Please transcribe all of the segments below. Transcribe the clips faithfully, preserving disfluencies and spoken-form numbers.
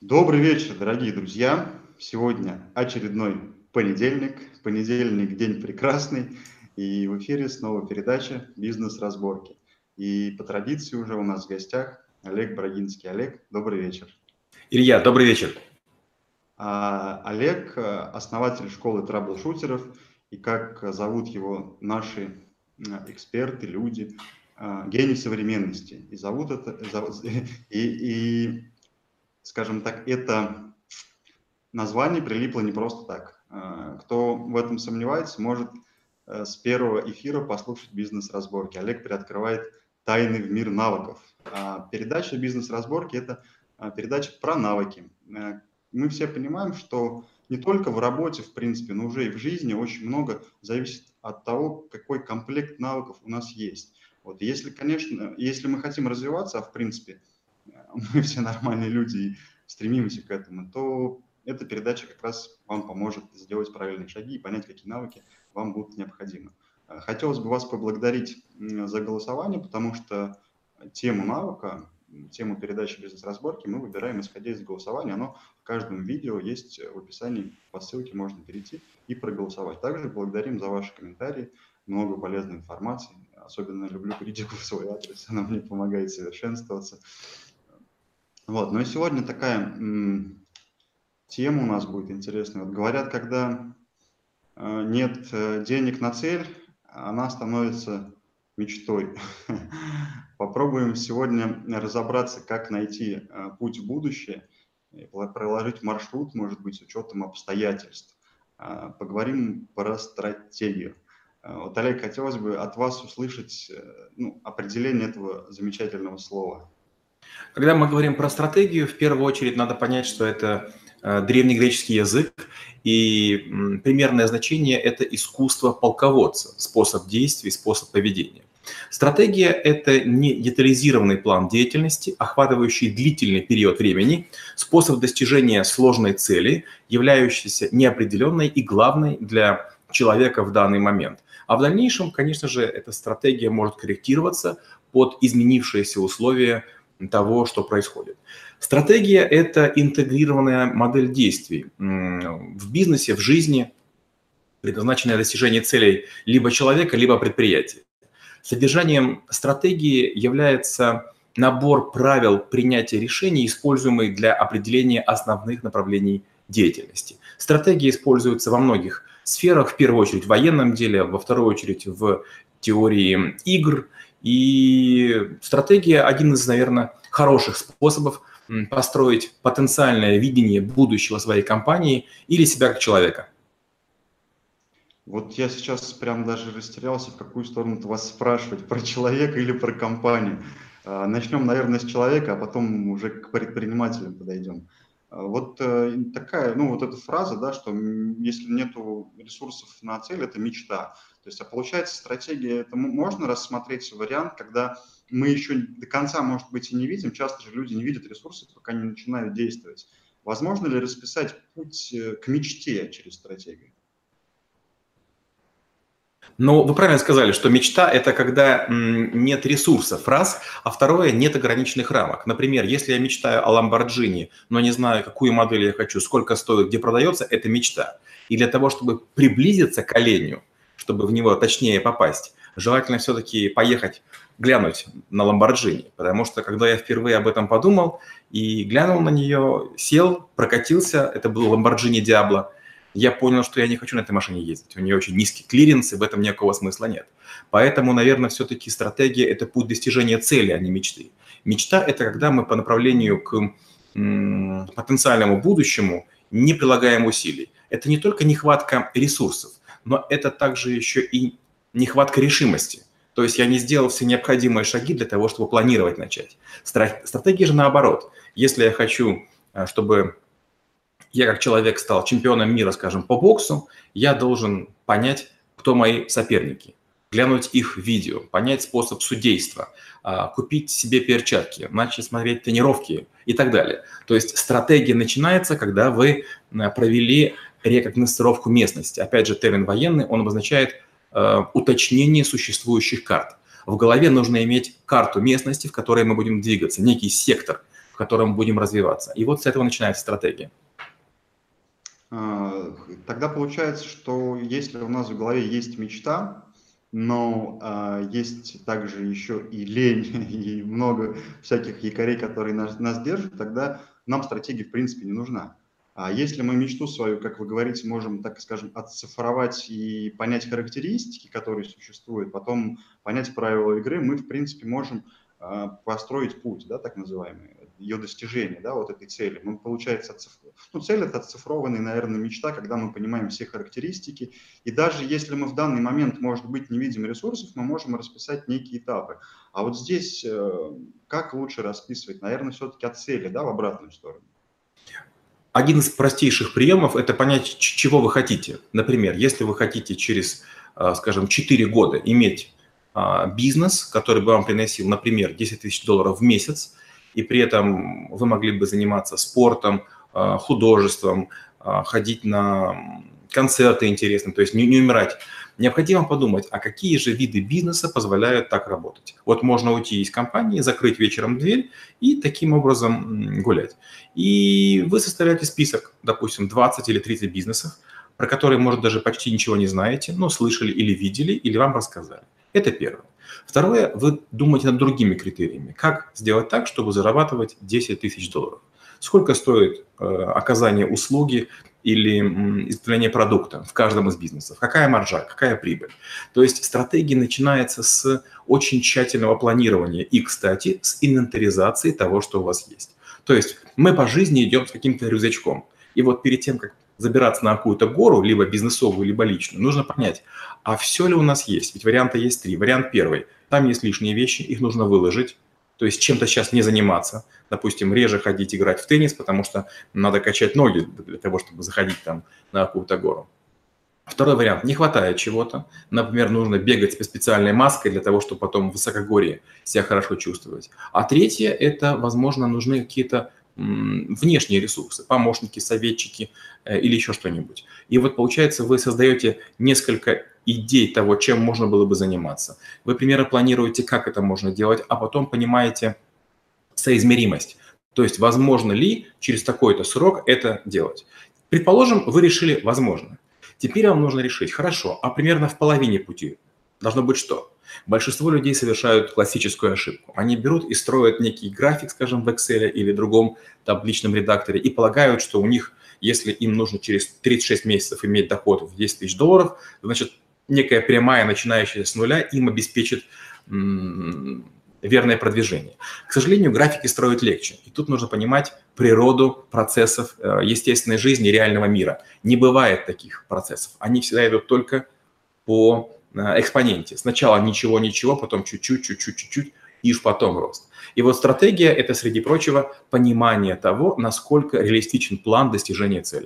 Добрый вечер, дорогие друзья! Сегодня очередной понедельник. Понедельник– день прекрасный. И в эфире снова передача «Бизнес-разборки». И по традиции уже у нас в гостях Олег Брагинский. Олег, добрый вечер. Илья, добрый вечер. А, Олег– основатель школы траблшутеров. И как зовут его наши эксперты, люди, гений современности. И зовут это... И, и скажем так, это название прилипло не просто так. Кто в этом сомневается, может с первого эфира послушать «Бизнес-разборки». Олег приоткрывает тайны в мир навыков. Передача «Бизнес-разборки» – это передача про навыки. Мы все понимаем, что не только в работе, в принципе, но уже и в жизни очень много зависит от того, какой комплект навыков у нас есть. Вот если, конечно, если мы хотим развиваться, а в принципе мы все нормальные люди и стремимся к этому, то эта передача как раз вам поможет сделать правильные шаги и понять, какие навыки вам будут необходимы. Хотелось бы вас поблагодарить за голосование, потому что тему навыка, тему передачи «Бизнес-разборки» мы выбираем исходя из голосования. Оно в каждом видео есть в описании, по ссылке можно перейти и проголосовать. Также благодарим за ваши комментарии, много полезной информации. Особенно люблю критику в свой адрес, она мне помогает совершенствоваться. Вот, ну и сегодня такая м, тема у нас будет интересная. Вот говорят, когда э, нет денег на цель, она становится мечтой. Попробуем сегодня разобраться, как найти э, путь в будущее, и проложить маршрут, может быть, с учетом обстоятельств. Э, поговорим про стратегию. Э, вот, Олег, хотелось бы от вас услышать э, ну, определение этого замечательного слова. Когда мы говорим про стратегию, в первую очередь надо понять, что это древнегреческий язык, и примерное значение – это искусство полководца, способ действий, способ поведения. Стратегия – это не детализированный план деятельности, охватывающий длительный период времени, способ достижения сложной цели, являющийся неопределенной и главной для человека в данный момент. А в дальнейшем, конечно же, эта стратегия может корректироваться под изменившиеся условия того, что происходит. Стратегия – это интегрированная модель действий в бизнесе, в жизни, предназначенная для достижения целей либо человека, либо предприятия. Содержанием стратегии является набор правил принятия решений, используемый для определения основных направлений деятельности. Стратегия используется во многих сферах, в первую очередь в военном деле, во вторую очередь в теории игр. И стратегия – один из, наверное, хороших способов построить потенциальное видение будущего своей компании или себя как человека. Вот я сейчас прям даже растерялся, в какую сторону вас спрашивать, про человека или про компанию. Начнем, наверное, с человека, а потом уже к предпринимателям подойдем. Вот такая, ну вот эта фраза, да, что если нету ресурсов на цель, это мечта. То есть, а получается, стратегия, это можно рассмотреть вариант, когда мы еще до конца, может быть, и не видим, часто же люди не видят ресурсов, пока не начинают действовать. Возможно ли расписать путь к мечте через стратегию? Ну, вы правильно сказали, что мечта – это когда нет ресурсов, раз, а второе – нет ограниченных рамок. Например, если я мечтаю о Lamborghini, но не знаю, какую модель я хочу, сколько стоит, где продается, это мечта. И для того, чтобы приблизиться к оленю, чтобы в него точнее попасть, желательно все-таки поехать глянуть на Lamborghini, потому что когда я впервые об этом подумал и глянул на нее, сел, прокатился, это был Lamborghini Diablo, я понял, что я не хочу на этой машине ездить. У нее очень низкий клиренс, и в этом никакого смысла нет. Поэтому, наверное, все-таки стратегия – это путь достижения цели, а не мечты. Мечта – это когда мы по направлению к м, потенциальному будущему не прилагаем усилий. Это не только нехватка ресурсов, но это также еще и нехватка решимости. То есть я не сделал все необходимые шаги для того, чтобы планировать начать. Стратегия же наоборот. Если я хочу, чтобы я как человек стал чемпионом мира, скажем, по боксу, я должен понять, кто мои соперники, глянуть их видео, понять способ судейства, купить себе перчатки, начать смотреть тренировки и так далее. То есть стратегия начинается, когда вы провели рекогносцировку местности. Опять же, термин военный, он обозначает уточнение существующих карт. В голове нужно иметь карту местности, в которой мы будем двигаться, некий сектор, в котором мы будем развиваться. И вот с этого начинается стратегия. Тогда получается, что если у нас в голове есть мечта, но э, есть также еще и лень, и много всяких якорей, которые нас, нас держат, тогда нам стратегия в принципе не нужна. А если мы мечту свою, как вы говорите, можем, так скажем, отцифровать и понять характеристики, которые существуют, потом понять правила игры, мы, в принципе, можем э, построить путь, да, так называемый, ее достижения, да, вот этой цели. Мы, получается, отцифр... ну, цель – это оцифрованная, наверное, мечта, когда мы понимаем все характеристики, и даже если мы в данный момент, может быть, не видим ресурсов, мы можем расписать некие этапы. А вот здесь э, как лучше расписывать? Наверное, все-таки от цели, да, в обратную сторону. Один из простейших приемов – это понять, чего вы хотите. Например, если вы хотите через, скажем, четыре года иметь бизнес, который бы вам приносил, например, десять тысяч долларов в месяц, и при этом вы могли бы заниматься спортом, художеством, ходить на концерты интересные, то есть не, не умирать. Необходимо подумать, а какие же виды бизнеса позволяют так работать. Вот можно уйти из компании, закрыть вечером дверь и таким образом гулять. И вы составляете список, допустим, двадцать или тридцать бизнесов, про которые, может, даже почти ничего не знаете, но слышали или видели, или вам рассказали. Это первое. Второе, вы думаете над другими критериями. Как сделать так, чтобы зарабатывать десять тысяч долларов? Сколько стоит э, оказание услуги или м, изготовление продукта в каждом из бизнесов? Какая маржа, какая прибыль? То есть стратегия начинается с очень тщательного планирования и, кстати, с инвентаризации того, что у вас есть. То есть мы по жизни идем с каким-то рюкзачком. И вот перед тем, как забираться на какую-то гору, либо бизнесовую, либо личную, нужно понять, а все ли у нас есть? Ведь варианты есть три. Вариант первый. Там есть лишние вещи, их нужно выложить. То есть чем-то сейчас не заниматься. Допустим, реже ходить играть в теннис, потому что надо качать ноги для того, чтобы заходить там на какую-то гору. Второй вариант. Не хватает чего-то. Например, нужно бегать с специальной маской для того, чтобы потом в высокогорье себя хорошо чувствовать. А третье – это, возможно, нужны какие-то внешние ресурсы, помощники, советчики э, или еще что-нибудь. И вот получается, вы создаете несколько идей того, чем можно было бы заниматься. Вы примерно планируете, как это можно делать, а потом понимаете соизмеримость. То есть, возможно ли через такой-то срок это делать. Предположим, вы решили, возможно. Теперь вам нужно решить, хорошо, а примерно в половине пути должно быть что? Большинство людей совершают классическую ошибку. Они берут и строят некий график, скажем, в Excel или другом табличном редакторе и полагают, что у них, если им нужно через тридцать шесть месяцев иметь доход в десять тысяч долларов, значит, некая прямая, начинающаяся с нуля, им обеспечит м- верное продвижение. К сожалению, графики строить легче. И тут нужно понимать природу процессов э, естественной жизни реального мира. Не бывает таких процессов. Они всегда идут только по экспоненте. Сначала ничего-ничего, потом чуть-чуть, чуть-чуть, чуть-чуть, и уж потом рост. И вот стратегия – это, среди прочего, понимание того, насколько реалистичен план достижения цели.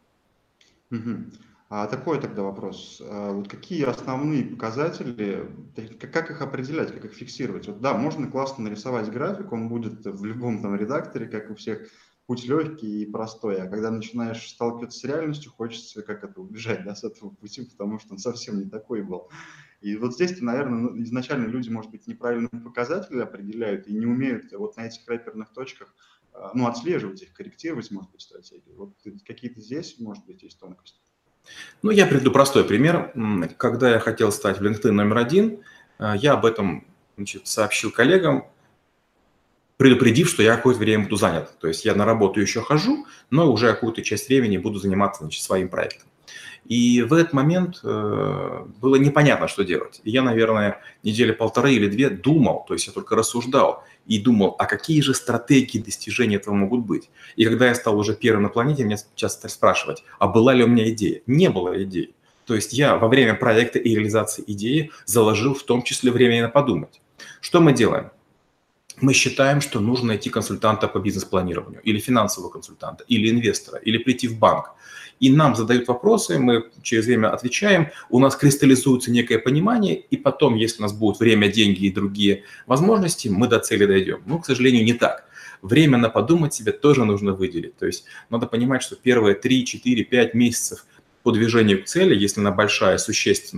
Угу. А такой тогда вопрос. А вот какие основные показатели, как их определять, как их фиксировать? Вот да, можно классно нарисовать график, он будет в любом там редакторе, как у всех, путь легкий и простой, а когда начинаешь сталкиваться с реальностью, хочется как это убежать, да, с этого пути, потому что он совсем не такой был. И вот здесь, наверное, изначально люди, может быть, неправильные показатели определяют и не умеют вот на этих рэперных точках, ну, отслеживать их, корректировать, может быть, стратегии. Вот какие-то здесь, может быть, есть тонкости. Ну, я приведу простой пример. Когда я хотел стать в LinkedIn номер один, я об этом, значит, сообщил коллегам, предупредив, что я какое-то время буду занят. То есть я на работу еще хожу, но уже какую-то часть времени буду заниматься, значит, своим проектом. И в этот момент э, было непонятно, что делать. И я, наверное, недели полторы или две думал, то есть я только рассуждал и думал, а какие же стратегии достижения этого могут быть. И когда я стал уже первым на планете, меня часто спрашивать, а была ли у меня идея? Не было идеи. То есть я во время проекта и реализации идеи заложил в том числе время на подумать. Что мы делаем? Мы считаем, что нужно найти консультанта по бизнес-планированию, или финансового консультанта, или инвестора, или прийти в банк. И нам задают вопросы, мы через время отвечаем, у нас кристаллизуется некое понимание, и потом, если у нас будет время, деньги и другие возможности, мы до цели дойдем. Но, к сожалению, не так. Время на подумать себе тоже нужно выделить. То есть надо понимать, что первые три, четыре, пять месяцев по движению к цели, если она большая, существенная,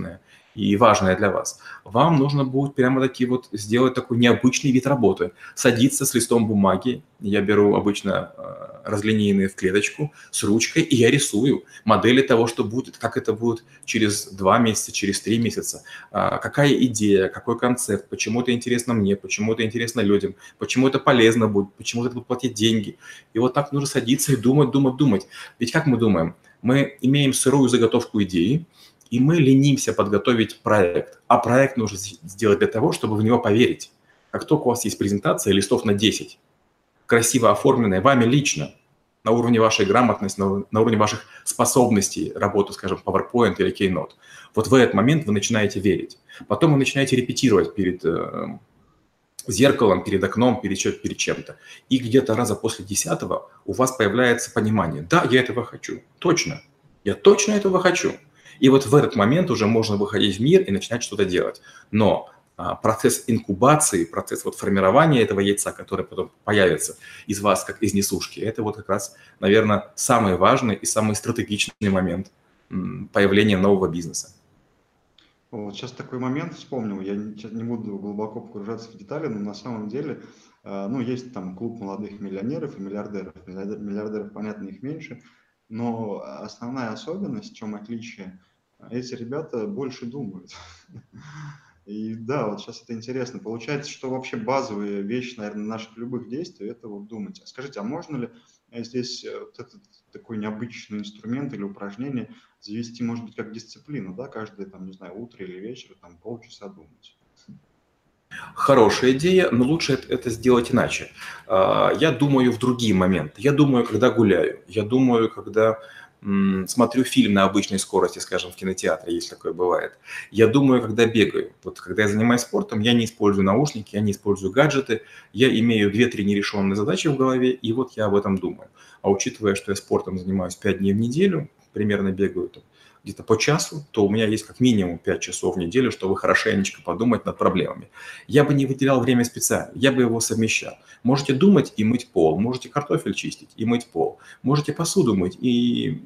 и важное для вас, вам нужно будет прямо-таки вот сделать такой необычный вид работы. Садиться с листом бумаги, я беру обычно э, разлинейные в клеточку, с ручкой, и я рисую модели того, что будет, как это будет через два месяца, через три месяца, а, какая идея, какой концепт, почему это интересно мне, почему это интересно людям, почему это полезно будет, почему это будут платить деньги. И вот так нужно садиться и думать, думать, думать. Ведь как мы думаем? Мы имеем сырую заготовку идеи, и мы ленимся подготовить проект. А проект нужно сделать для того, чтобы в него поверить. Как только у вас есть презентация листов на десять, красиво оформленная вами лично, на уровне вашей грамотности, на, на уровне ваших способностей работы, скажем, PowerPoint или Keynote, вот в этот момент вы начинаете верить. Потом вы начинаете репетировать перед э, зеркалом, перед окном, перед, перед чем-то. И где-то раза после десятого у вас появляется понимание: да, я этого хочу, точно, я точно этого хочу. И вот в этот момент уже можно выходить в мир и начинать что-то делать. Но а, процесс инкубации, процесс вот формирования этого яйца, который потом появится из вас, как из несушки, это вот как раз, наверное, самый важный и самый стратегичный момент м, появления нового бизнеса. Вот сейчас такой момент вспомнил, я не- сейчас не буду глубоко погружаться в детали, но на самом деле, э, ну, есть там клуб молодых миллионеров и миллиардеров. Миллиардер- Миллиардеров, понятно, их меньше, но основная особенность, в чем отличие, э, эти ребята больше думают. И да, вот сейчас это интересно. Получается, что вообще базовая вещь, наверное, наших любых действий – это вот думать. А скажите, а можно ли э, здесь э, вот этот такой необычный инструмент или упражнение завести, может быть, как дисциплину, да, каждое, там, не знаю, утро или вечер, там, полчаса думать? Хорошая идея, но лучше это это сделать иначе. А, Я думаю в другие моменты. Я думаю, когда гуляю. Я думаю, когда м, смотрю фильм на обычной скорости, скажем, в кинотеатре, если такое бывает. Я думаю, когда бегаю. Вот когда я занимаюсь спортом, я не использую наушники, я не использую гаджеты. Я имею две-три нерешенные задачи в голове, и вот я об этом думаю. А учитывая, что я спортом занимаюсь пять дней в неделю, примерно бегаю там где-то по часу, то у меня есть как минимум пять часов в неделю, чтобы хорошенечко подумать над проблемами. Я бы не выделял время специально, я бы его совмещал. Можете думать и мыть пол, можете картофель чистить и мыть пол, можете посуду мыть и,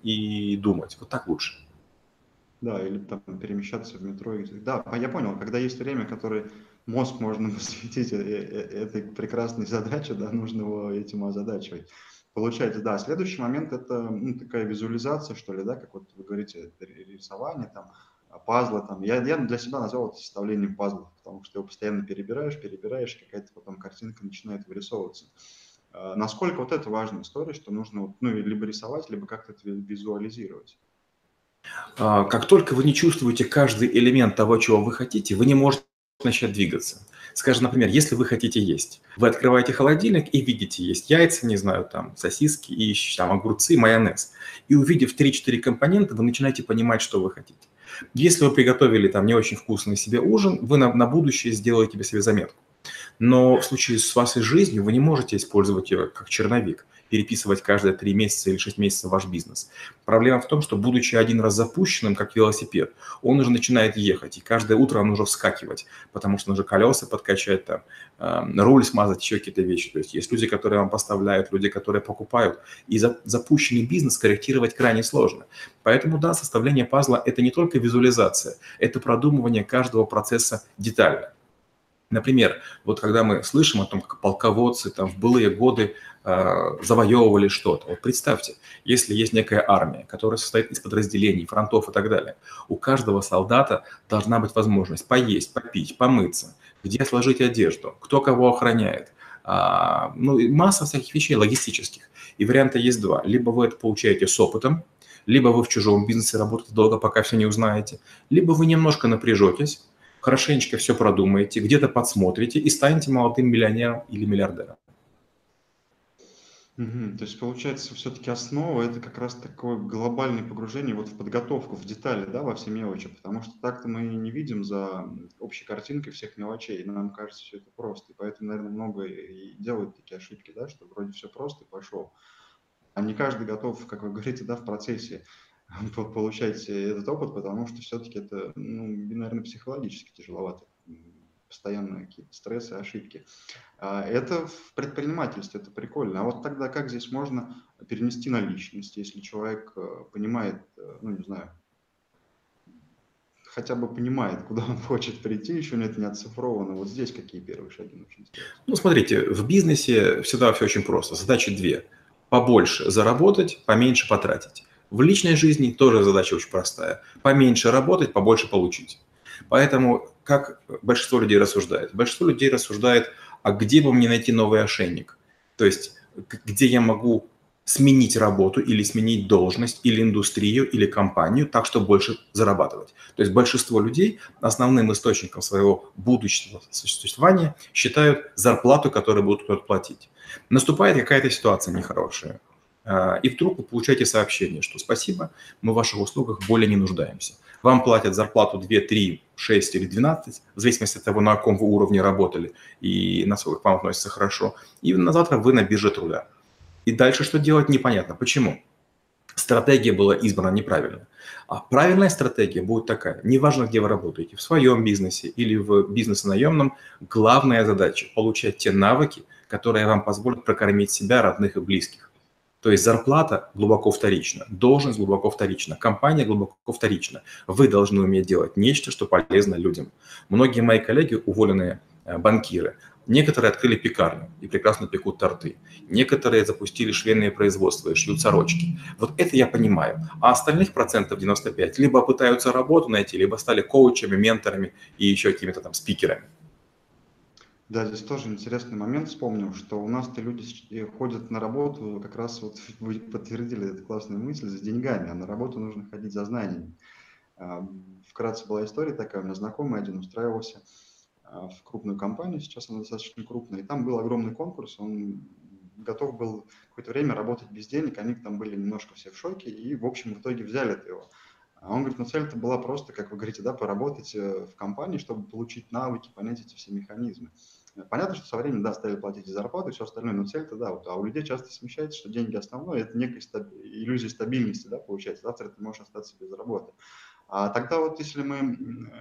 и думать. Вот так лучше. Да, или там перемещаться в метро. и- Да, а я понял, когда есть время, которое мозг можно посвятить э- э- этой прекрасной задаче, да, нужно его этим озадачивать. Получается, да, следующий момент – это ну, такая визуализация, что ли, да, как вот вы говорите, это ри- рисование, там, а, пазлы, там. Я, я для себя назвал это составлением пазлов, потому что его постоянно перебираешь, перебираешь, какая-то потом картинка начинает вырисовываться. А, Насколько вот это важная история, что нужно, вот, ну, либо рисовать, либо как-то это ви- визуализировать. А, Как только вы не чувствуете каждый элемент того, чего вы хотите, вы не можете начать двигаться. Скажем, например, если вы хотите есть, вы открываете холодильник и видите, есть яйца, не знаю, там, сосиски и еще там огурцы, майонез. И увидев три-четыре компонента, вы начинаете понимать, что вы хотите. Если вы приготовили там не очень вкусный себе ужин, вы на, на будущее сделаете себе заметку. Но в случае с вашей жизнью вы не можете использовать ее как черновик, переписывать каждые три месяца или шесть месяцев ваш бизнес. Проблема в том, что, будучи один раз запущенным, как велосипед, он уже начинает ехать, и каждое утро он уже вскакивать, потому что нужно колеса подкачать, там, э, руль смазать, еще какие-то вещи. То есть есть люди, которые вам поставляют, люди, которые покупают, и за, запущенный бизнес корректировать крайне сложно. Поэтому, да, составление пазла – это не только визуализация, это продумывание каждого процесса детально. Например, вот когда мы слышим о том, как полководцы там в былые годы э, завоевывали что-то. Вот представьте, если есть некая армия, которая состоит из подразделений, фронтов и так далее, у каждого солдата должна быть возможность поесть, попить, помыться, где сложить одежду, кто кого охраняет. А, ну, и масса всяких вещей логистических. И варианта есть два. Либо вы это получаете с опытом, либо вы в чужом бизнесе работаете долго, пока все не узнаете, либо вы немножко напряжетесь, хорошенечко все продумаете, где-то подсмотрите и станете молодым миллионером или миллиардером. Мгм. То есть, получается, все-таки основа – это как раз такое глобальное погружение вот в подготовку, в детали, да, во все мелочи, потому что так-то мы не видим за м, общей картинкой всех мелочей, и нам кажется все это просто, и поэтому, наверное, много и делают такие ошибки, да, что вроде все просто и пошел, а не каждый готов, как вы говорите, да, в процессе по- получать этот опыт, потому что все-таки это, ну, наверное, психологически тяжеловато, М, постоянно какие-то стрессы, ошибки. А, Это в предпринимательстве, это прикольно. А вот тогда как здесь можно перенести на личность, если человек э, понимает, э, ну, не знаю, хотя бы понимает, куда он хочет прийти, еще нет, не оцифровано. Вот здесь какие первые шаги нужно сделать? Ну, смотрите, в бизнесе всегда все очень просто. Задачи две. Побольше заработать, поменьше потратить. В личной жизни тоже задача очень простая. Поменьше работать, побольше получить. Поэтому как большинство людей рассуждает? Большинство людей рассуждает, а где бы мне найти новый ошейник? То есть где я могу сменить работу или сменить должность, или индустрию, или компанию так, чтобы больше зарабатывать. То есть большинство людей основным источником своего будущего существования считают зарплату, которую будут кто-то платить. Наступает какая-то ситуация нехорошая, и вдруг вы получаете сообщение, что спасибо, мы в ваших услугах более не нуждаемся. Вам платят зарплату два, три, шесть или двенадцать, в зависимости от того, на каком вы уровне работали и насколько к вам относятся хорошо, и на завтра вы на бирже труда. И дальше что делать, непонятно. Почему? Стратегия была избрана неправильно. А правильная стратегия будет такая. Неважно, где вы работаете, в своем бизнесе или в бизнесе наемном, главная задача – получать те навыки, которые вам позволят прокормить себя, родных и близких. То есть зарплата глубоко вторична, должность глубоко вторична, компания глубоко вторична. Вы должны уметь делать нечто, что полезно людям. Многие мои коллеги, уволенные банкиры, некоторые открыли пекарню и прекрасно пекут торты. Некоторые запустили швейное производство и шьют сорочки. Вот это я понимаю. А остальных процентов девяносто пять либо пытаются работу найти, либо стали коучами, менторами и еще какими-то там спикерами. Да, здесь тоже интересный момент вспомнил, что у нас-то люди ходят на работу, как раз вот вы подтвердили эту классную мысль, за деньгами, а на работу нужно ходить за знаниями. Вкратце была история такая, у меня знакомый один устраивался в крупную компанию, сейчас она достаточно крупная, и там был огромный конкурс, он готов был какое-то время работать без денег, они там были немножко все в шоке, и, в общем, в итоге взяли его. А он говорит, ну цель-то была просто, как вы говорите, да, поработать в компании, чтобы получить навыки, понять эти все механизмы. Понятно, что со временем, да, стали платить и зарплату, и все остальное, но цель-то, да, вот, а у людей часто смещается, что деньги основное, это некая стаб... иллюзия стабильности, да, получается, завтра ты можешь остаться без работы. А тогда вот если мы,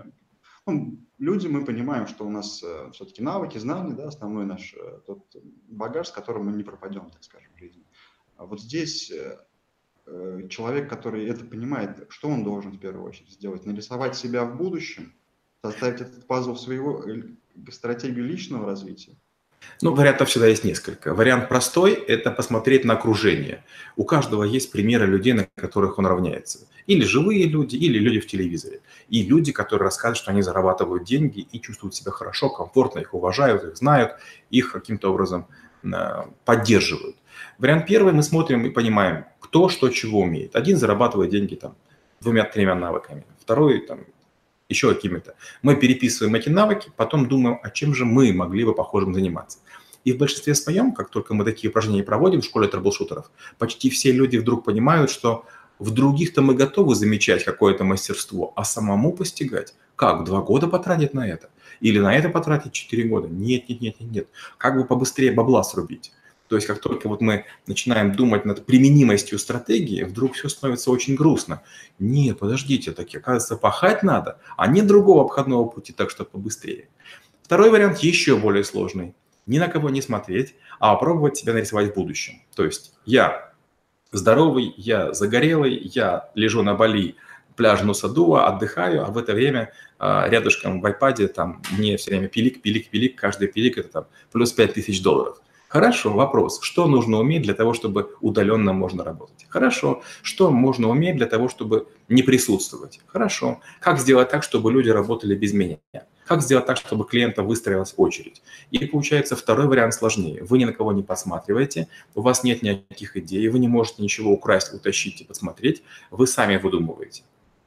ну, люди, мы понимаем, что у нас э, все-таки навыки, знания, да, основной наш э, тот багаж, с которым мы не пропадем, так скажем, в жизни. А вот здесь э, человек, который это понимает, что он должен в первую очередь сделать? Нарисовать себя в будущем, составить этот пазл своего стратегию личного развития. Ну, вариантов всегда есть несколько. Вариант простой – это посмотреть на окружение. У каждого есть примеры людей, на которых он равняется. Или живые люди, или люди в телевизоре. И люди, которые рассказывают, что они зарабатывают деньги и чувствуют себя хорошо, комфортно, их уважают, их знают, их каким-то образом поддерживают. Вариант первый – мы смотрим и понимаем, кто что чего умеет. Один зарабатывает деньги там двумя-тремя навыками, второй там еще какими-то. Мы переписываем эти навыки, потом думаем, а чем же мы могли бы похожим заниматься. И в большинстве своем, как только мы такие упражнения проводим в школе трэблшутеров, почти все люди вдруг понимают, что в других-то мы готовы замечать какое-то мастерство, а самому постигать. Как? Два года потратить на это? Или на это потратить четыре года? Нет, нет, нет, нет, нет. Как бы побыстрее бабла срубить? То есть как только вот мы начинаем думать над применимостью стратегии, вдруг все становится очень грустно. Не, подождите, так оказывается, пахать надо, а нет другого обходного пути, так что побыстрее. Второй вариант еще более сложный. Ни на кого не смотреть, а попробовать себя нарисовать в будущем. То есть я здоровый, я загорелый, я лежу на Бали, пляж Нуса-Дуа, отдыхаю, а в это время а, рядышком в айпаде там мне все время пилик, пилик, пилик, каждый пилик это там плюс пять тысяч долларов. Хорошо, вопрос, что нужно уметь для того, чтобы удаленно можно работать? Хорошо, что можно уметь для того, чтобы не присутствовать? Хорошо, как сделать так, чтобы люди работали без меня? Как сделать так, чтобы клиента выстроилась очередь? И получается второй вариант сложнее. Вы ни на кого не посматриваете, у вас нет никаких идей, вы не можете ничего украсть, утащить и посмотреть, вы сами выдумываете.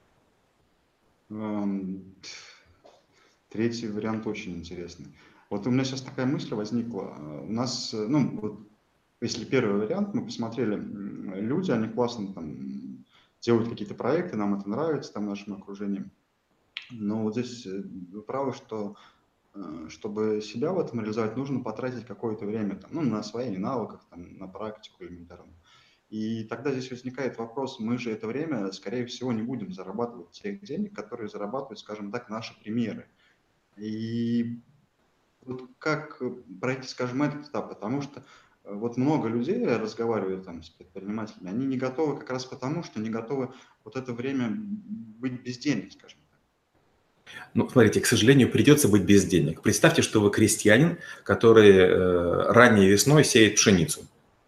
Третий вариант очень интересный. Вот у меня сейчас такая мысль возникла. У нас, ну, вот, если первый вариант, мы посмотрели, люди, они классно там делают какие-то проекты, нам это нравится, там, в нашем окружении. Но вот здесь вы правы, что чтобы себя в этом реализовать, нужно потратить какое-то время там, ну, на освоение навыков, там, на практику элементарно. И тогда здесь возникает вопрос, мы же это время, скорее всего, не будем зарабатывать тех денег, которые зарабатывают, скажем так, наши примеры. И вот как пройти, скажем, этот этап, потому что вот много людей, я разговариваю там с предпринимателями, они не готовы как раз потому, что не готовы вот это время быть без денег, скажем так. Ну, смотрите, к сожалению, придется быть без денег. Представьте, что вы крестьянин, который э, ранней весной сеет пшеницу.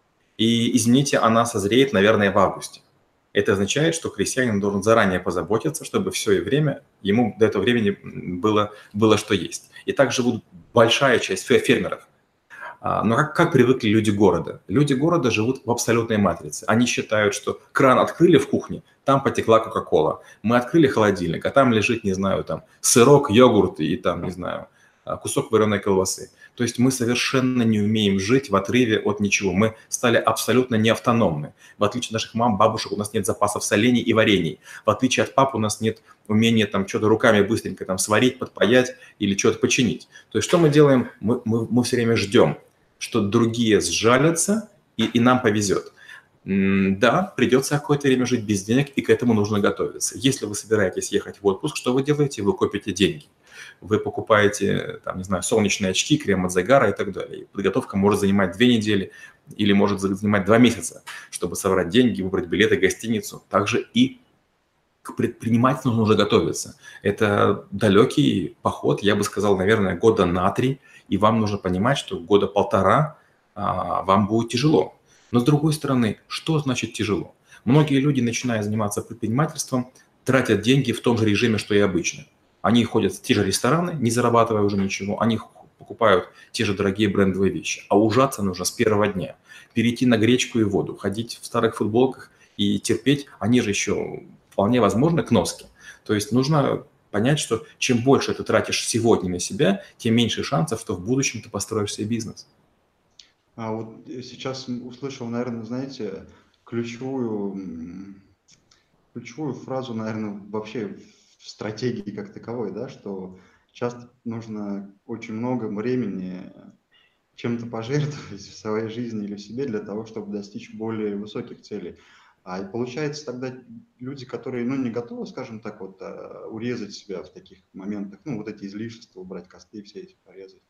И, извините, она созреет, наверное, в августе. Это означает, что крестьянин должен заранее позаботиться, чтобы все и время ему до этого времени было, было что есть. И так живут большая часть фермеров. А, Но как, как привыкли люди города? Люди города живут в абсолютной матрице. Они считают, что кран открыли в кухне, там потекла Кока-Кола. Мы открыли холодильник, а там лежит, не знаю, там сырок, йогурт и там, не знаю, а, кусок вареной колбасы. То есть мы совершенно не умеем жить в отрыве от ничего. Мы стали абсолютно неавтономны. В отличие от наших мам, бабушек, у нас нет запасов солений и варений. В отличие от пап, у нас нет умения там что-то руками быстренько там сварить, подпаять или что-то починить. То есть что мы делаем? Мы, мы, мы все время ждем, что другие сжалятся, и, и нам повезет. Да, придется какое-то время жить без денег, и к этому нужно готовиться. Если вы собираетесь ехать в отпуск, что вы делаете? Вы копите деньги. Вы покупаете, там, не знаю, солнечные очки, крем от загара и так далее. И подготовка может занимать две недели или может занимать два месяца, чтобы собрать деньги, выбрать билеты, гостиницу. Также и к предпринимательству нужно уже готовиться. Это далекий поход, я бы сказал, наверное, года на три, и вам нужно понимать, что года полтора а, вам будет тяжело. Но с другой стороны, что значит тяжело? Многие люди, начиная заниматься предпринимательством, тратят деньги в том же режиме, что и обычно. Они ходят в те же рестораны, не зарабатывая уже ничего, они покупают те же дорогие брендовые вещи. А ужаться нужно с первого дня. Перейти на гречку и воду, ходить в старых футболках и терпеть, они же еще вполне возможно к носке. То есть нужно понять, что чем больше ты тратишь сегодня на себя, тем меньше шансов, что в будущем ты построишь себе бизнес. А вот сейчас услышал, наверное, знаете, ключевую, ключевую фразу, наверное, вообще в стратегии как таковой, да, что часто нужно очень много времени чем-то пожертвовать в своей жизни или в себе для того, чтобы достичь более высоких целей. А и получается тогда люди, которые, ну, не готовы, скажем так, вот урезать себя в таких моментах, ну, вот эти излишества, убрать косты все эти порезать,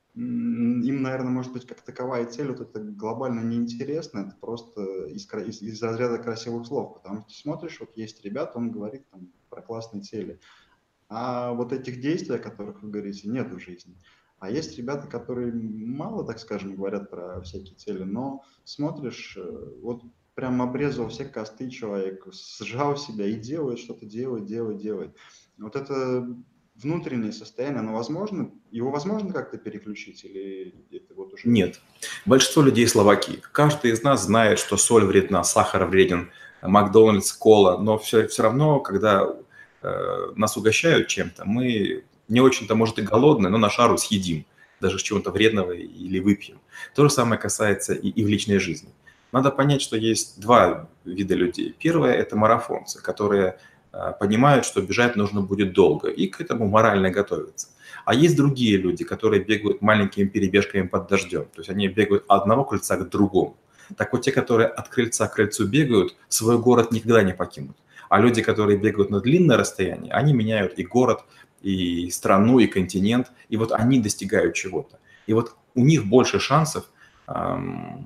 им, наверное, может быть, как таковая цель, вот это глобально неинтересно, это просто из, из, из разряда красивых слов, потому что смотришь, вот есть ребята, он говорит там про классные цели, а вот этих действий, о которых вы говорите, нет в жизни. А есть ребята, которые мало, так скажем, говорят про всякие цели, но смотришь, вот прям обрезал все косты человек, сжал себя и делает что-то, делает, делает, делает. Вот это внутреннее состояние, оно возможно, его возможно как-то переключить или это вот уже... Нет. Большинство людей словаки. Каждый из нас знает, что соль вредна, сахар вреден, Макдональдс, кола, но все, все равно, когда э, нас угощают чем-то, мы не очень-то, может, и голодны, но на шару съедим, даже чего-то вредного или выпьем. То же самое касается и, и в личной жизни. Надо понять, что есть два вида людей. Первое – это марафонцы, которые э, понимают, что бежать нужно будет долго, и к этому морально готовятся. А есть другие люди, которые бегают маленькими перебежками под дождем. То есть они бегают от одного крыльца к другому. Так вот те, которые от крыльца к крыльцу бегают, свой город никогда не покинут. А люди, которые бегают на длинное расстояние, они меняют и город, и страну, и континент. И вот они достигают чего-то. И вот у них больше шансов эм,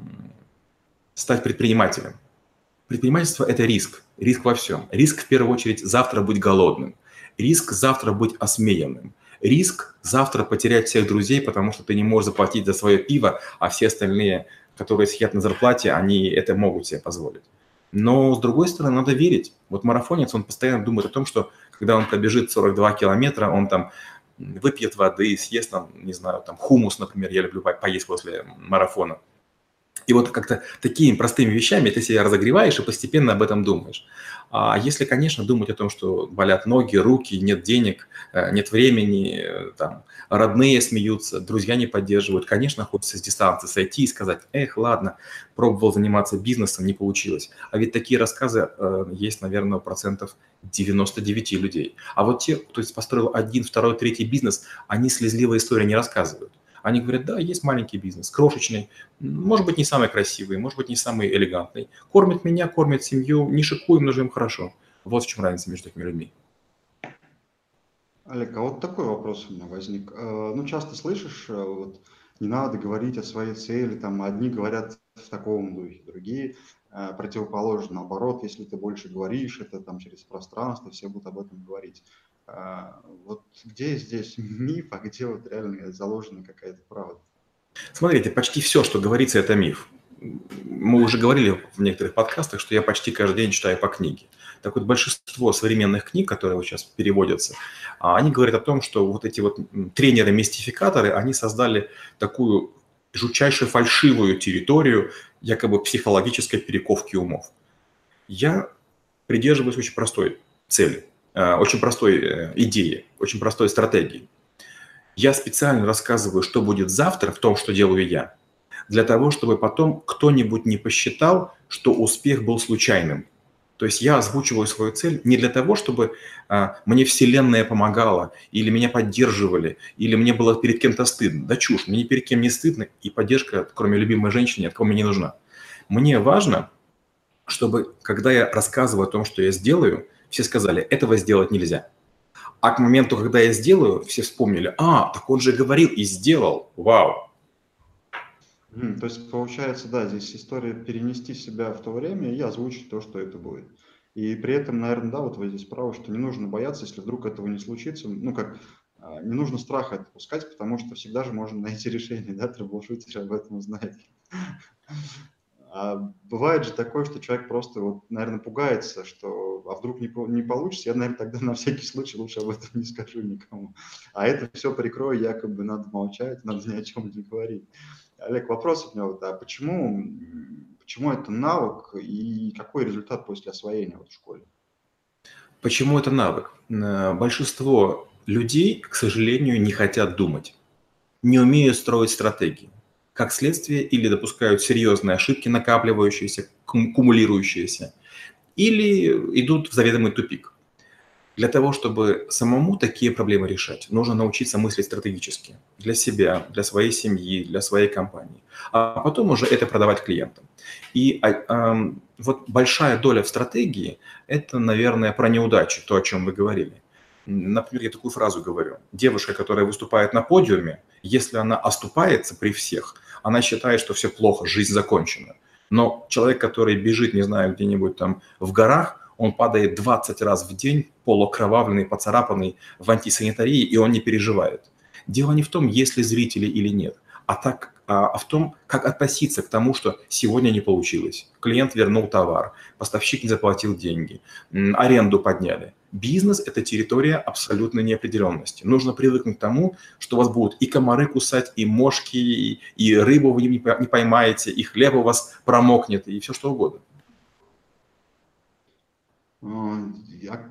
стать предпринимателем. Предпринимательство – это риск. Риск во всем. Риск, в первую очередь, завтра быть голодным. Риск завтра быть осмеянным. Риск завтра потерять всех друзей, потому что ты не можешь заплатить за свое пиво, а все остальные, которые сидят на зарплате, они это могут себе позволить. Но, с другой стороны, надо верить. Вот марафонец, он постоянно думает о том, что когда он пробежит сорок два километра, он там выпьет воды, съест там, не знаю, там хумус, например, я люблю поесть после марафона. И вот как-то такими простыми вещами ты себя разогреваешь и постепенно об этом думаешь. А если, конечно, думать о том, что болят ноги, руки, нет денег, нет времени, там, родные смеются, друзья не поддерживают, конечно, хочется с дистанции сойти и сказать, эх, ладно, пробовал заниматься бизнесом, не получилось. А ведь такие рассказы э, есть, наверное, процентов девяносто девять людей. А вот те, кто построил один, второй, третий бизнес, они слезливые истории не рассказывают. Они говорят, да, есть маленький бизнес, крошечный, может быть, не самый красивый, может быть, не самый элегантный. Кормит меня, кормит семью, не шикуем, но живем хорошо. Вот в чем разница между такими людьми. Олег, а вот такой вопрос у меня возник. Э, Ну, часто слышишь, э, вот, не надо говорить о своей цели, там, одни говорят в таком духе, другие э, противоположно, наоборот, если ты больше говоришь, это там через пространство, все будут об этом говорить. А, вот где здесь миф, а где вот реально заложена какая-то правда? Смотрите, почти все, что говорится, это миф. Мы уже говорили в некоторых подкастах, что я почти каждый день читаю по книге. Так вот, большинство современных книг, которые вот сейчас переводятся, а, они говорят о том, что вот эти вот м, тренеры-мистификаторы, они создали такую жутчайшую фальшивую территорию якобы психологической перековки умов. Я придерживаюсь очень простой цели, э, очень простой э, идеи, очень простой стратегии. Я специально рассказываю, что будет завтра в том, что делаю я, для того, чтобы потом кто-нибудь не посчитал, что успех был случайным. То есть я озвучиваю свою цель не для того, чтобы а, мне Вселенная помогала, или меня поддерживали, или мне было перед кем-то стыдно. Да чушь, мне ни перед кем не стыдно, и поддержка, кроме любимой женщины, ни от кого мне не нужна. Мне важно, чтобы, когда я рассказываю о том, что я сделаю, все сказали, этого сделать нельзя. А к моменту, когда я сделаю, все вспомнили, а, так он же говорил и сделал, вау. Мгм. То есть получается, да, здесь история перенести себя в то время и озвучить то, что это будет. И при этом, наверное, да, вот вы здесь правы, что не нужно бояться, если вдруг этого не случится. Ну, как, а, не нужно страха отпускать, потому что всегда же можно найти решение, да, трэблшутер об этом узнает. А бывает же такое, что человек просто, вот, наверное, пугается, что а вдруг не, по- не получится, я, наверное, тогда на всякий случай лучше об этом не скажу никому. А это все прикрою, якобы надо молчать, надо ни о чем не говорить. Олег, вопрос у меня вот, а почему, м, почему это навык и какой результат после освоения вот в школе? Почему это навык? Э, Большинство людей, к сожалению, не хотят думать, не умеют строить стратегии. Как следствие, или допускают серьезные ошибки, накапливающиеся, кум- кумулирующиеся, или идут в заведомый тупик. Для того, чтобы самому такие проблемы решать, нужно научиться мыслить стратегически. Для себя, для своей семьи, для своей компании. А потом уже это продавать клиентам. И а, ам, вот большая доля в стратегии – это, наверное, про неудачи, то, о чем вы говорили. М, Например, я такую фразу говорю. Девушка, которая выступает на подиуме, если она оступается при всех, она считает, что все плохо, жизнь закончена. Но человек, который бежит, не знаю, где-нибудь там в горах, он падает двадцать раз в день, полуокровавленный, поцарапанный в антисанитарии, и он не переживает. Дело не в том, есть ли зрители или нет, а, так, а, а в том, как относиться к тому, что сегодня не получилось. Клиент вернул товар, поставщик не заплатил деньги, м, аренду подняли. Бизнес – это территория абсолютной неопределенности. Нужно привыкнуть к тому, что вас будут и комары кусать, и мошки, и, и рыбу вы не по- не поймаете, и хлеб у вас промокнет, и все что угодно. А, я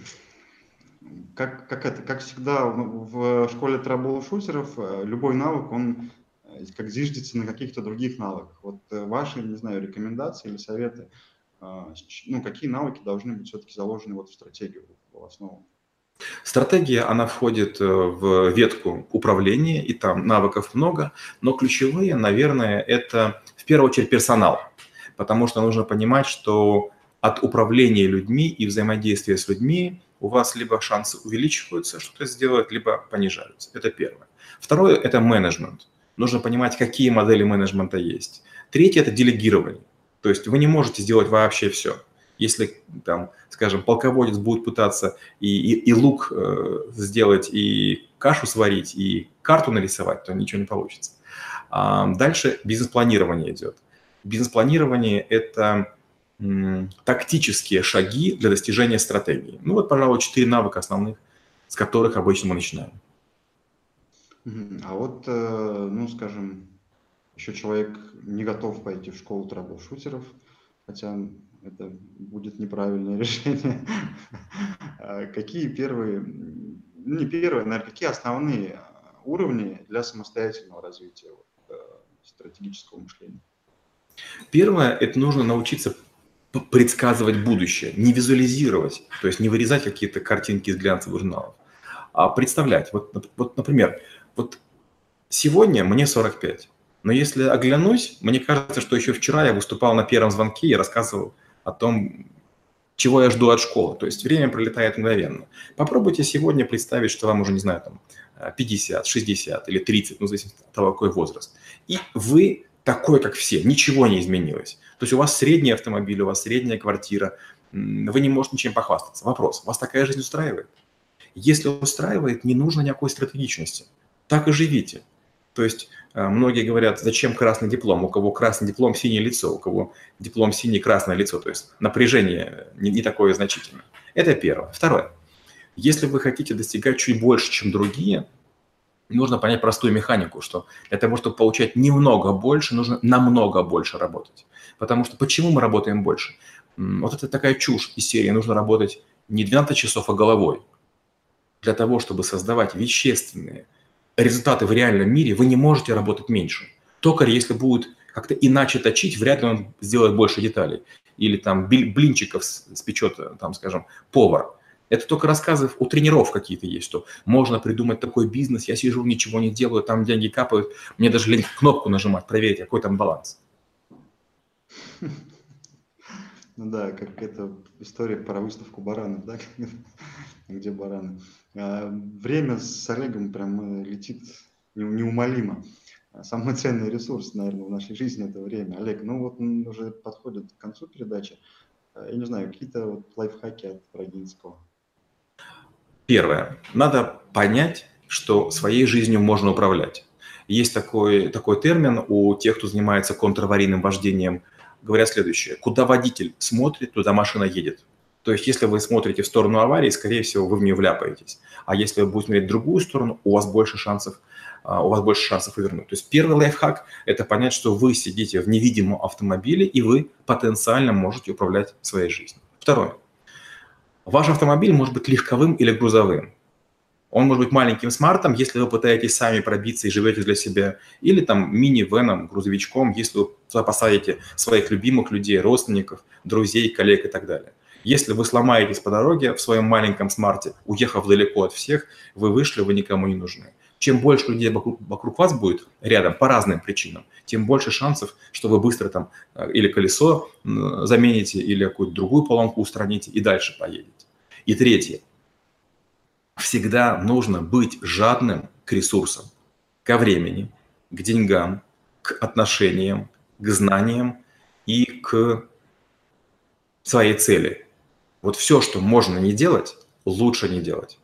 Как, как это, как всегда в, в школе трэблшутеров, э, любой навык, он э, как зиждется на каких-то других навыках. Вот э, ваши, не знаю, рекомендации или советы, а, с ч- ну, какие навыки должны быть все-таки заложены вот в стратегию, в основу? Стратегия, она входит э, в ветку управления, и там навыков много, но ключевые, наверное, это в первую очередь персонал, потому что нужно понимать, что от управления людьми и взаимодействия с людьми у вас либо шансы увеличиваются что-то сделать, либо понижаются. Это первое. Второе – это менеджмент. Нужно понимать, какие модели менеджмента есть. Третье – это делегирование. То есть вы не можете сделать вообще все. Если, там, скажем, полководец будет пытаться и, и, и лук э, сделать, и кашу сварить, и карту нарисовать, то ничего не получится. А дальше бизнес-планирование идет. Бизнес-планирование – это м, тактические шаги для достижения стратегии. Ну вот, пожалуй, четыре навыка основных, с которых обычно мы начинаем. Мгм. А вот, э, ну, скажем, еще человек не готов пойти в школу трэблшутеров, хотя это будет неправильное решение. А Какие первые, м, ну, не первые, наверное, какие основные а, уровни для самостоятельного развития вот, э, стратегического мышления? Первое – это нужно научиться п- предсказывать будущее, не визуализировать, то есть не вырезать какие-то картинки из глянцевых журналов, а представлять. Вот, нап- вот, например, вот сегодня мне сорок пять, но если оглянусь, мне кажется, что еще вчера я выступал на первом звонке и рассказывал о том, чего я жду от школы. То есть время пролетает мгновенно. Попробуйте сегодня представить, что вам уже, не знаю, там пятьдесят, шестьдесят или тридцать, ну, в зависимости от того, какой возраст. И вы такой, как все, ничего не изменилось. То есть у вас средний автомобиль, у вас средняя квартира, м, вы не можете ничем похвастаться. Вопрос, вас такая жизнь устраивает? Если устраивает, не нужно никакой стратегичности. Так и живите. То есть многие говорят, зачем красный диплом? У кого красный диплом, синее лицо, у кого диплом синий, красное лицо. То есть напряжение не, не такое значительное. Это первое. Второе. Если вы хотите достигать чуть больше, чем другие, нужно понять простую механику, что для того, чтобы получать немного больше, нужно намного больше работать. Потому что почему мы работаем больше? Вот это такая чушь из серии. Нужно работать не двенадцать часов, а головой. Для того, чтобы создавать вещественные результаты в реальном мире, вы не можете работать меньше. Токарь, если будет как-то иначе точить, вряд ли он сделает больше деталей. Или там блинчиков спечет, там, скажем, повар. Это только рассказы у тренеров какие-то есть, что можно придумать такой бизнес, я сижу, ничего не делаю, там деньги капают, мне даже лень кнопку нажимать, проверить, какой там баланс. Ну да, как это история про выставку баранов, да, где бараны. Время с Олегом прям летит неумолимо. Самый ценный ресурс, наверное, в нашей жизни – это время. Олег, ну вот уже подходит к концу передачи. Я не знаю, какие-то вот лайфхаки от Брагинского. Первое. Надо понять, что своей жизнью можно управлять. Есть такой, такой термин у тех, кто занимается контраварийным вождением. Говорят следующее. Куда водитель смотрит, туда машина едет. То есть, если вы смотрите в сторону аварии, скорее всего, вы в нее вляпаетесь. А если вы будете смотреть в другую сторону, у вас больше шансов, у вас больше шансов вывернуть. То есть, первый лайфхак – это понять, что вы сидите в невидимом автомобиле, и вы потенциально можете управлять своей жизнью. Второе. Ваш автомобиль может быть легковым или грузовым. Он может быть маленьким смартом, если вы пытаетесь сами пробиться и живете для себя, или там мини-веном, грузовичком, если вы туда посадите своих любимых людей, родственников, друзей, коллег и так далее. Если вы сломаетесь по дороге в своем маленьком смарте, уехав далеко от всех, вы вышли, вы никому не нужны. Чем больше людей вокруг, вокруг вас будет рядом по разным причинам, тем больше шансов, что вы быстро там или колесо замените, или какую-то другую поломку устраните и дальше поедете. И третье. Всегда нужно быть жадным к ресурсам, ко времени, к деньгам, к отношениям, к знаниям и к своей цели. Вот все, что можно не делать, лучше не делать.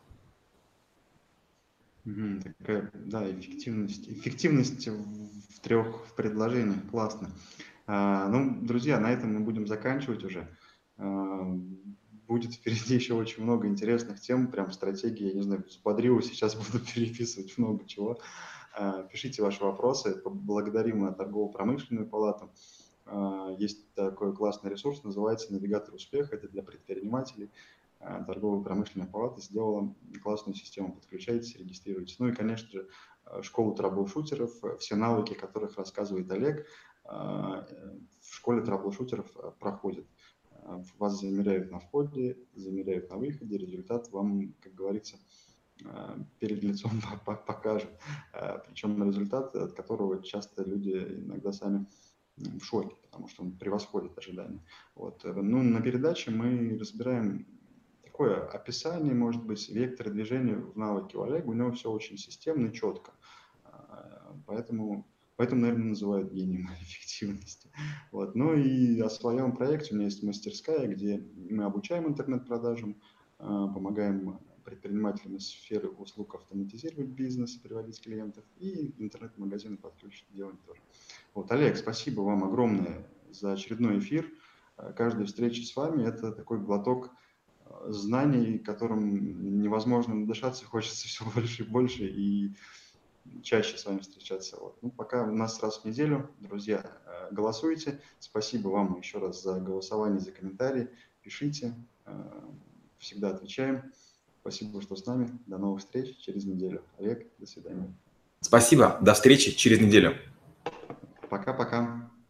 Угу, такая, да, эффективность. Эффективность в трех предложениях. Классно. А, ну, друзья, на этом мы будем заканчивать уже. А, будет впереди еще очень много интересных тем, прям стратегии, я не знаю, взбодрил, сейчас буду переписывать много чего. А, пишите ваши вопросы. Поблагодарим торгово-промышленную палату. А, есть такой классный ресурс, называется «Навигатор успеха». Это для предпринимателей. Торгово-промышленная палата сделала классную систему. Подключайтесь, регистрируйтесь. Ну и, конечно же, школу траблшутеров, все навыки, о которых рассказывает Олег, в школе траблшутеров проходят. Вас замеряют на входе, замеряют на выходе, результат вам, как говорится, перед лицом покажет. Причем результат, от которого часто люди иногда сами в шоке, потому что он превосходит ожидания. Вот. Ну, на передаче мы разбираем такое описание, может быть, вектор движения в навыке у Олега, у него все очень системно и четко. Поэтому, поэтому, наверное, называют гением эффективности. Вот. Ну и о своем проекте у меня есть мастерская, где мы обучаем интернет-продажам, помогаем предпринимателям из сферы услуг автоматизировать бизнес, приводить клиентов, и интернет-магазины под ключ делаем тоже. Вот, Олег, спасибо вам огромное за очередной эфир. Каждая встреча с вами – это такой глоток знаний, которым невозможно надышаться, хочется все больше и больше, и чаще с вами встречаться. Вот. Ну, пока у нас раз в неделю. Друзья, голосуйте. Спасибо вам еще раз за голосование, за комментарии. Пишите. Всегда отвечаем. Спасибо, что с нами. До новых встреч через неделю. Олег, до свидания. Спасибо. До встречи через неделю. Пока-пока.